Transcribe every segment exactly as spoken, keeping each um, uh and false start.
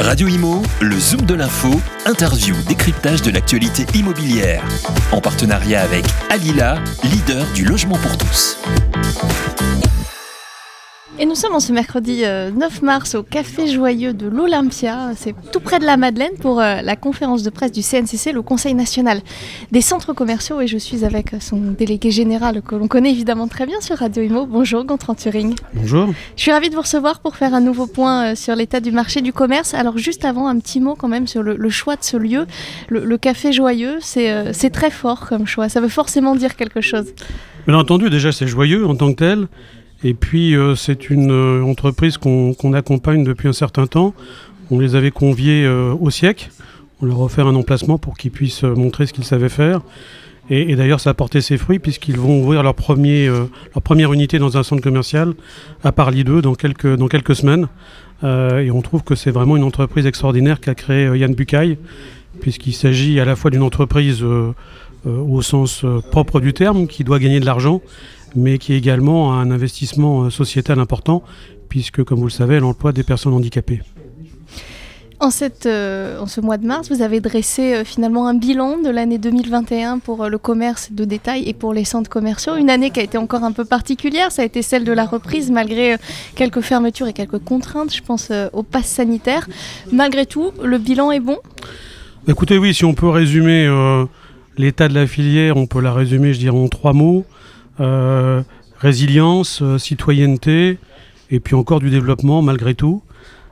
Radio Imo, le Zoom de l'info, interview, décryptage de l'actualité immobilière. En partenariat avec Alila, leader du logement pour tous. Et nous sommes en ce mercredi neuf mars au Café Joyeux de l'Olympia, c'est tout près de la Madeleine pour la conférence de presse du C N C C, le Conseil national des centres commerciaux, et je suis avec son délégué général que l'on connaît évidemment très bien sur Radio Imo. Bonjour Gontran Thuring. Bonjour. Je suis ravie de vous recevoir pour faire un nouveau point sur l'état du marché du commerce. Alors juste avant, un petit mot quand même sur le, le choix de ce lieu. Le, le Café Joyeux, c'est, euh, c'est très fort comme choix, ça veut forcément dire quelque chose. Bien entendu, déjà c'est joyeux en tant que tel. Et puis euh, c'est une euh, entreprise qu'on, qu'on accompagne depuis un certain temps. On les avait conviés euh, au siècle. On leur a offert un emplacement pour qu'ils puissent euh, montrer ce qu'ils savaient faire. Et, et d'ailleurs ça a porté ses fruits puisqu'ils vont ouvrir leur, premier, euh, leur première unité dans un centre commercial à Parly deux dans quelques, dans quelques semaines. Euh, et on trouve que c'est vraiment une entreprise extraordinaire qu'a créée euh, Yann Bucaille, puisqu'il s'agit à la fois d'une entreprise euh, euh, au sens euh, propre du terme, qui doit gagner de l'argent, mais qui est également un investissement sociétal important, puisque, comme vous le savez, elle emploie des personnes handicapées. En, cette, euh, en ce mois de mars, vous avez dressé euh, finalement un bilan de l'année deux mille vingt et un pour euh, le commerce de détail et pour les centres commerciaux. Une année qui a été encore un peu particulière, ça a été celle de la reprise, malgré euh, quelques fermetures et quelques contraintes, je pense euh, au pass sanitaire. Malgré tout, le bilan est bon ? Écoutez, oui, si on peut résumer euh, l'état de la filière, on peut la résumer, je dirais, en trois mots. Euh, résilience, euh, citoyenneté et puis encore du développement malgré tout.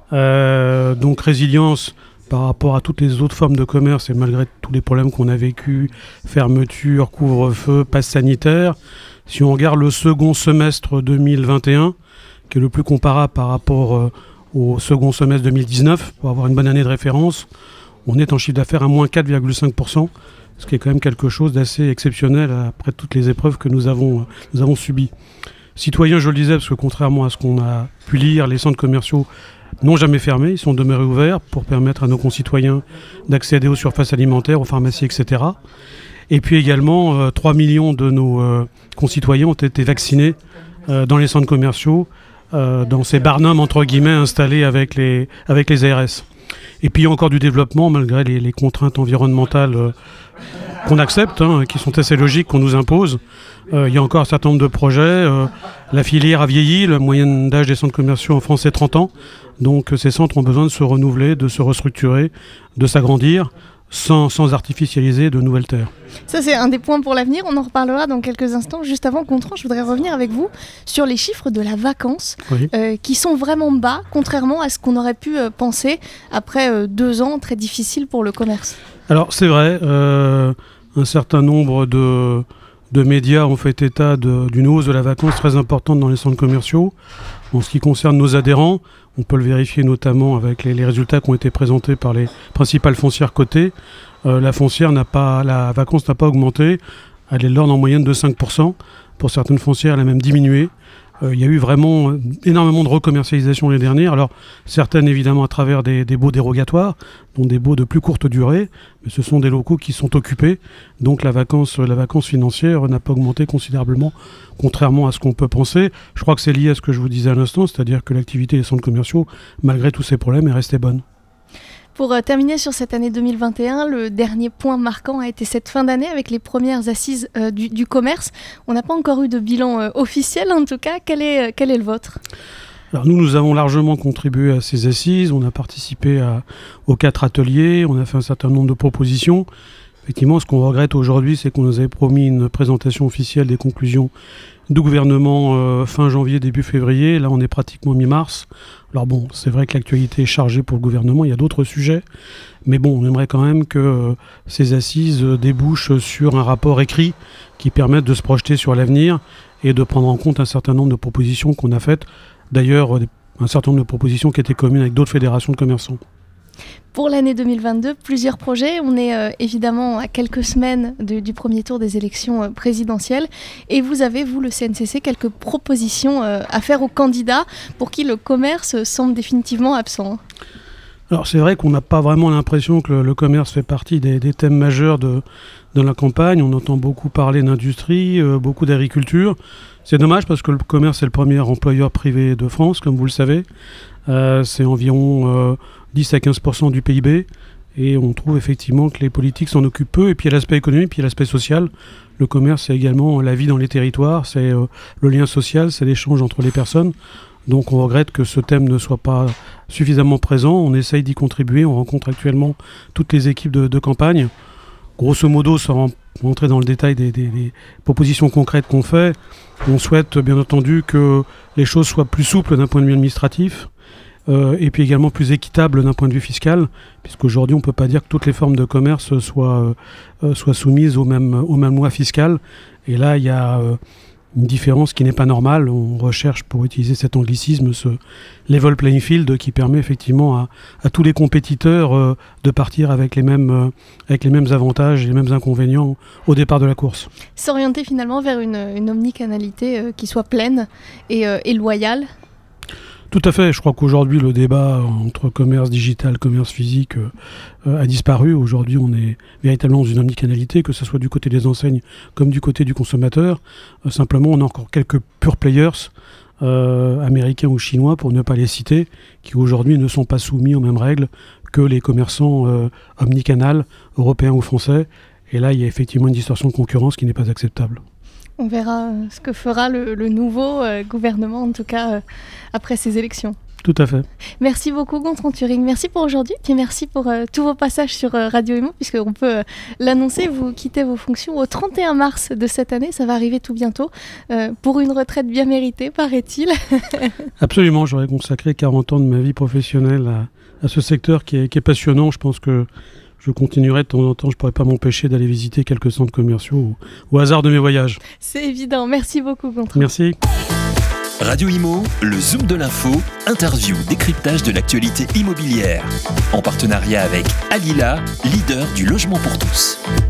Euh, donc résilience par rapport à toutes les autres formes de commerce et malgré tous les problèmes qu'on a vécu, fermeture, couvre-feu, passe sanitaire. Si on regarde le second semestre deux mille vingt et un, qui est le plus comparable par rapport euh, au second semestre deux mille dix-neuf, pour avoir une bonne année de référence, on est en chiffre d'affaires à moins quatre virgule cinq pour cent. Ce qui est quand même quelque chose d'assez exceptionnel après toutes les épreuves que nous avons, nous avons subies. Citoyens, je le disais, parce que contrairement à ce qu'on a pu lire, les centres commerciaux n'ont jamais fermé, ils sont demeurés ouverts pour permettre à nos concitoyens d'accéder aux surfaces alimentaires, aux pharmacies, et cetera. Et puis également, euh, trois millions de nos euh, concitoyens ont été vaccinés euh, dans les centres commerciaux, euh, dans ces barnums, entre guillemets, installés avec les, avec les A R S. Et puis il y a encore du développement, malgré les, les contraintes environnementales euh, qu'on accepte, hein, qui sont assez logiques, qu'on nous impose. Euh, il y a encore un certain nombre de projets. Euh, la filière a vieilli, la moyenne d'âge des centres commerciaux en France est trente ans. Donc ces centres ont besoin de se renouveler, de se restructurer, de s'agrandir, sans, sans artificialiser de nouvelles terres. Ça, c'est un des points pour l'avenir. On en reparlera dans quelques instants. Juste avant Gontran, je voudrais revenir avec vous sur les chiffres de la vacance, oui. euh, qui sont vraiment bas, contrairement à ce qu'on aurait pu euh, penser après euh, deux ans très difficiles pour le commerce. Alors, c'est vrai, euh, un certain nombre de, de médias ont fait état de, d'une hausse de la vacance très importante dans les centres commerciaux. En ce qui concerne nos adhérents, on peut le vérifier notamment avec les, les résultats qui ont été présentés par les principales foncières cotées. Euh, la foncière n'a pas, la vacance n'a pas augmenté, elle est de l'ordre en moyenne de cinq pour cent. Pour certaines foncières, elle a même diminué. Euh, il y a eu vraiment énormément de recommercialisation l'année dernière. Alors certaines évidemment à travers des, des baux dérogatoires, donc des baux de plus courte durée, mais ce sont des locaux qui sont occupés. Donc la vacance, la vacance financière n'a pas augmenté considérablement, contrairement à ce qu'on peut penser. Je crois que c'est lié à ce que je vous disais à l'instant, c'est-à-dire que l'activité des centres commerciaux, malgré tous ces problèmes, est restée bonne. Pour euh, terminer sur cette année deux mille vingt et un, le dernier point marquant a été cette fin d'année avec les premières assises euh, du, du commerce. On n'a pas encore eu de bilan euh, officiel en tout cas. Quel est, euh, quel est le vôtre ? Alors nous, nous avons largement contribué à ces assises. On a participé à, aux quatre ateliers, on a fait un certain nombre de propositions. Effectivement, ce qu'on regrette aujourd'hui, c'est qu'on nous avait promis une présentation officielle des conclusions du gouvernement euh, fin janvier, début février. Là, on est pratiquement mi-mars. Alors bon, c'est vrai que l'actualité est chargée pour le gouvernement, il y a d'autres sujets. Mais bon, on aimerait quand même que euh, ces assises euh, débouchent sur un rapport écrit qui permette de se projeter sur l'avenir et de prendre en compte un certain nombre de propositions qu'on a faites. D'ailleurs, euh, un certain nombre de propositions qui étaient communes avec d'autres fédérations de commerçants. Pour l'année deux mille vingt-deux, plusieurs projets. On est euh, évidemment à quelques semaines de, du premier tour des élections euh, présidentielles. Et vous avez, vous, le C N C C, quelques propositions euh, à faire aux candidats pour qui le commerce semble définitivement absent. Alors c'est vrai qu'on n'a pas vraiment l'impression que le, le commerce fait partie des, des thèmes majeurs de, de la campagne. On entend beaucoup parler d'industrie, euh, beaucoup d'agriculture. C'est dommage parce que le commerce est le premier employeur privé de France, comme vous le savez. Euh, c'est environ euh, dix à quinze pour cent du P I B. Et on trouve effectivement que les politiques s'en occupent peu. Et puis il y a l'aspect économique, puis il y a l'aspect social. Le commerce, c'est également la vie dans les territoires, c'est euh, le lien social, c'est l'échange entre les personnes. Donc on regrette que ce thème ne soit pas suffisamment présent. On essaye d'y contribuer. On rencontre actuellement toutes les équipes de, de campagne. Grosso modo, sans rentrer dans le détail des, des, des propositions concrètes qu'on fait, on souhaite bien entendu que les choses soient plus souples d'un point de vue administratif. Euh, et puis également plus équitable d'un point de vue fiscal, puisqu'aujourd'hui on ne peut pas dire que toutes les formes de commerce soient, euh, soient soumises au même, au même loi fiscale. Et là, il y a euh, une différence qui n'est pas normale. On recherche, pour utiliser cet anglicisme, ce level playing field qui permet effectivement à, à tous les compétiteurs euh, de partir avec les, mêmes, euh, avec les mêmes avantages et les mêmes inconvénients au départ de la course. S'orienter finalement vers une, une omnicanalité euh, qui soit pleine et, euh, et loyale. Tout à fait. Je crois qu'aujourd'hui, le débat entre commerce digital, commerce physique euh, a disparu. Aujourd'hui, on est véritablement dans une omnicanalité, que ce soit du côté des enseignes comme du côté du consommateur. Euh, simplement, on a encore quelques pure players, euh, américains ou chinois, pour ne pas les citer, qui aujourd'hui ne sont pas soumis aux mêmes règles que les commerçants euh, omnicanal, européens ou français. Et là, il y a effectivement une distorsion de concurrence qui n'est pas acceptable. On verra ce que fera le, le nouveau euh, gouvernement, en tout cas euh, après ces élections. Tout à fait. Merci beaucoup, Gontran Turing. Merci pour aujourd'hui, puis merci pour euh, tous vos passages sur euh, Radio Imo, puisqu'on peut euh, l'annoncer, vous quittez vos fonctions au trente et un mars de cette année, ça va arriver tout bientôt, euh, pour une retraite bien méritée, paraît-il. Absolument, j'aurais consacré quarante ans de ma vie professionnelle à, à ce secteur qui est, qui est passionnant. Je pense que je continuerai de temps en temps, je ne pourrais pas m'empêcher d'aller visiter quelques centres commerciaux au, au hasard de mes voyages. C'est évident, merci beaucoup, Gontran. Merci. Radio Imo, le Zoom de l'info, interview, décryptage de l'actualité immobilière. En partenariat avec Alila, leader du logement pour tous.